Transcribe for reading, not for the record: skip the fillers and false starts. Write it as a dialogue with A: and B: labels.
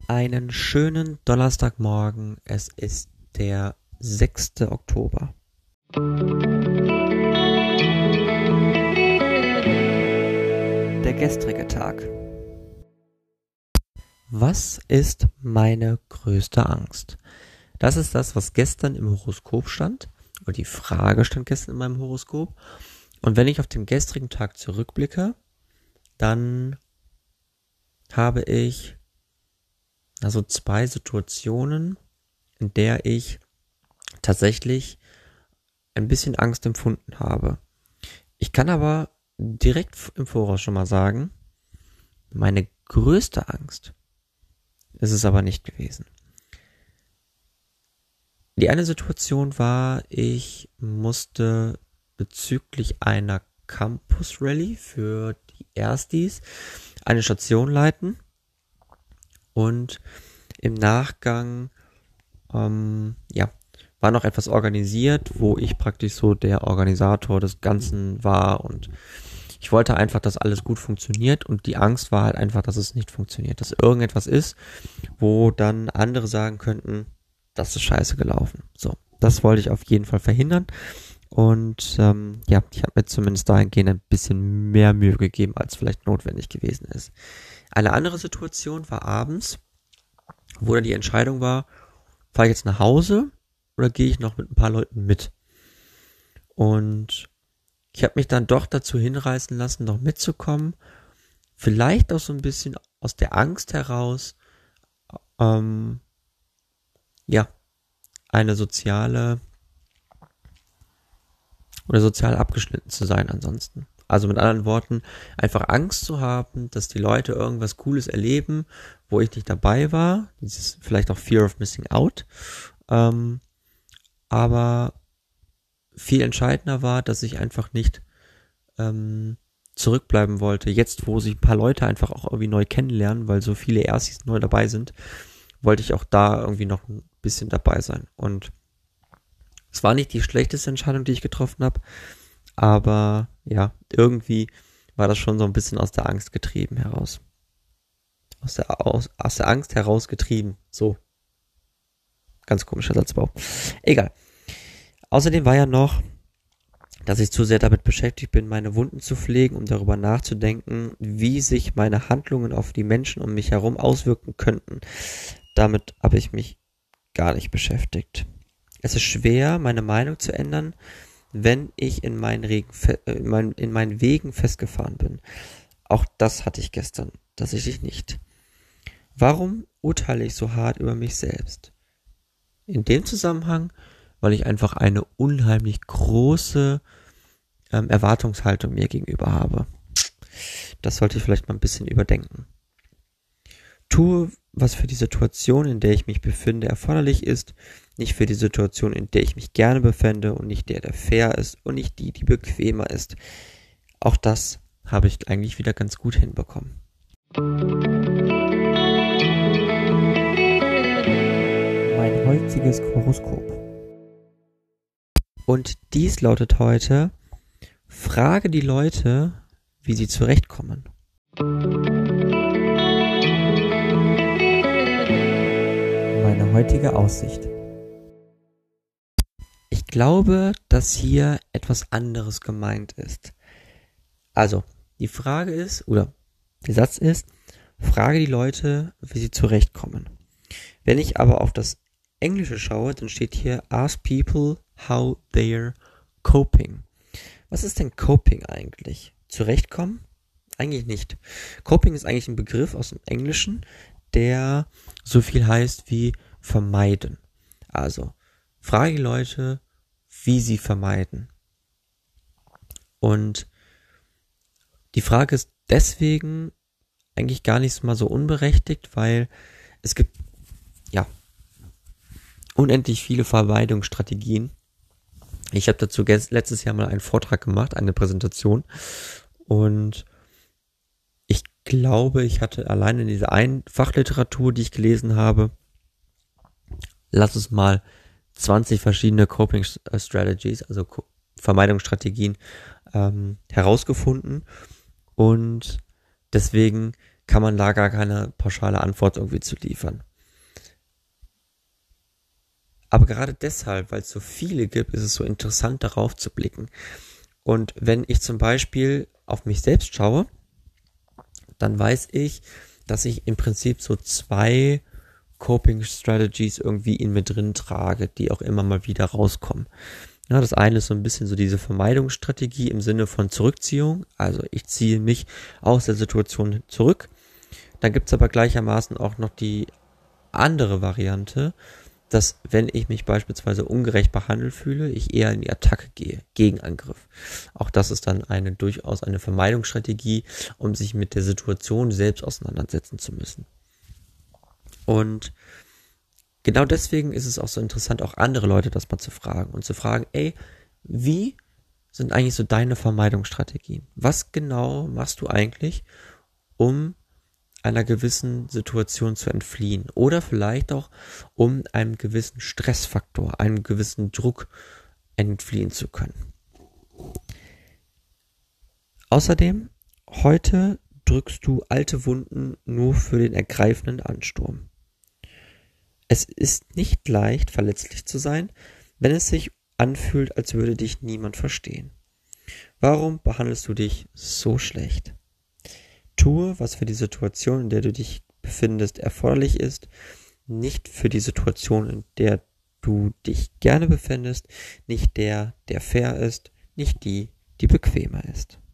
A: Einen schönen Donnerstagmorgen. Es ist der 6. Oktober. Der gestrige Tag. Was ist meine größte Angst? Das ist das, was gestern im Horoskop stand. Oder die Frage stand gestern in meinem Horoskop. Und wenn ich auf den gestrigen Tag zurückblicke, dann habe ich also 2 Situationen, in der ich tatsächlich ein bisschen Angst empfunden habe. Ich kann aber direkt im Voraus schon mal sagen, meine größte Angst ist es aber nicht gewesen. Die eine Situation war, ich musste bezüglich einer Campus Rally für die Erstis eine Station leiten und im Nachgang war noch etwas organisiert, wo ich praktisch so der Organisator des Ganzen war und ich wollte einfach, dass alles gut funktioniert und die Angst war halt einfach, dass es nicht funktioniert, dass irgendetwas ist, wo dann andere sagen könnten, das ist scheiße gelaufen. So, das wollte ich auf jeden Fall verhindern und ich habe mir zumindest dahingehend ein bisschen mehr Mühe gegeben, als vielleicht notwendig gewesen ist. Eine andere Situation war abends, wo dann die Entscheidung war, fahre ich jetzt nach Hause oder gehe ich noch mit ein paar Leuten mit? Und ich habe mich dann doch dazu hinreißen lassen, noch mitzukommen. Vielleicht auch so ein bisschen aus der Angst heraus, eine sozial abgeschnitten zu sein ansonsten. Also mit anderen Worten, einfach Angst zu haben, dass die Leute irgendwas Cooles erleben, wo ich nicht dabei war. Dieses vielleicht auch Fear of Missing Out. Aber viel entscheidender war, dass ich einfach nicht zurückbleiben wollte. Jetzt, wo sich ein paar Leute einfach auch irgendwie neu kennenlernen, weil so viele Erstis neu dabei sind, wollte ich auch da irgendwie noch ein bisschen dabei sein. Und es war nicht die schlechteste Entscheidung, die ich getroffen habe, aber ja, irgendwie war das schon so ein bisschen aus der Angst getrieben heraus. Aus der Angst herausgetrieben. So. Ganz komischer Satzbau. Egal. Außerdem war ja noch, dass ich zu sehr damit beschäftigt bin, meine Wunden zu pflegen, um darüber nachzudenken, wie sich meine Handlungen auf die Menschen um mich herum auswirken könnten. Damit habe ich mich gar nicht beschäftigt. Es ist schwer, meine Meinung zu ändern, wenn ich in meinen Wegen festgefahren bin. Auch das hatte ich gestern tatsächlich nicht. Warum urteile ich so hart über mich selbst? In dem Zusammenhang, weil ich einfach eine unheimlich große Erwartungshaltung mir gegenüber habe. Das sollte ich vielleicht mal ein bisschen überdenken. Tue, was für die Situation, in der ich mich befinde, erforderlich ist, nicht für die Situation, in der ich mich gerne befände und nicht der fair ist und nicht die bequemer ist. Auch das habe ich eigentlich wieder ganz gut hinbekommen. Mein heutiges Horoskop. Und dies lautet heute: Frage die Leute, wie sie zurechtkommen. Meine heutige Aussicht. Ich glaube, dass hier etwas anderes gemeint ist. Also, die Frage ist, oder der Satz ist, frage die Leute, wie sie zurechtkommen. Wenn ich aber auf das Englische schaue, dann steht hier, ask people how they're coping. Was ist denn Coping eigentlich? Zurechtkommen? Eigentlich nicht. Coping ist eigentlich ein Begriff aus dem Englischen, der so viel heißt wie vermeiden. Also, frage die Leute, wie sie vermeiden. Und die Frage ist deswegen eigentlich gar nicht mal so unberechtigt, weil es gibt unendlich viele Vermeidungsstrategien. Ich habe dazu letztes Jahr mal einen Vortrag gemacht, eine Präsentation, und ich glaube, ich hatte allein in dieser einen Fachliteratur, die ich gelesen habe, lass es mal 20 verschiedene Coping Strategies, also Vermeidungsstrategien herausgefunden, und deswegen kann man da gar keine pauschale Antwort irgendwie zu liefern. Aber gerade deshalb, weil es so viele gibt, ist es so interessant, darauf zu blicken. Und wenn ich zum Beispiel auf mich selbst schaue, dann weiß ich, dass ich im Prinzip so 2 Coping Strategies irgendwie in mir drin trage, die auch immer mal wieder rauskommen. Ja, das eine ist so ein bisschen so diese Vermeidungsstrategie im Sinne von Zurückziehung. Also ich ziehe mich aus der Situation zurück. Dann gibt's aber gleichermaßen auch noch die andere Variante, dass wenn ich mich beispielsweise ungerecht behandelt fühle, ich eher in die Attacke gehe, Gegenangriff. Auch das ist dann durchaus eine Vermeidungsstrategie, um sich mit der Situation selbst auseinandersetzen zu müssen. Und genau deswegen ist es auch so interessant, auch andere Leute das mal zu fragen und zu fragen, ey, wie sind eigentlich so deine Vermeidungsstrategien? Was genau machst du eigentlich, um einer gewissen Situation zu entfliehen oder vielleicht auch um einem gewissen Stressfaktor, einem gewissen Druck entfliehen zu können. Außerdem, heute drückst du alte Wunden nur für den ergreifenden Ansturm. Es ist nicht leicht, verletzlich zu sein, wenn es sich anfühlt, als würde dich niemand verstehen. Warum behandelst du dich so schlecht? Tue, was für die Situation, in der du dich befindest, erforderlich ist, nicht für die Situation, in der du dich gerne befindest, nicht der fair ist, nicht die bequemer ist.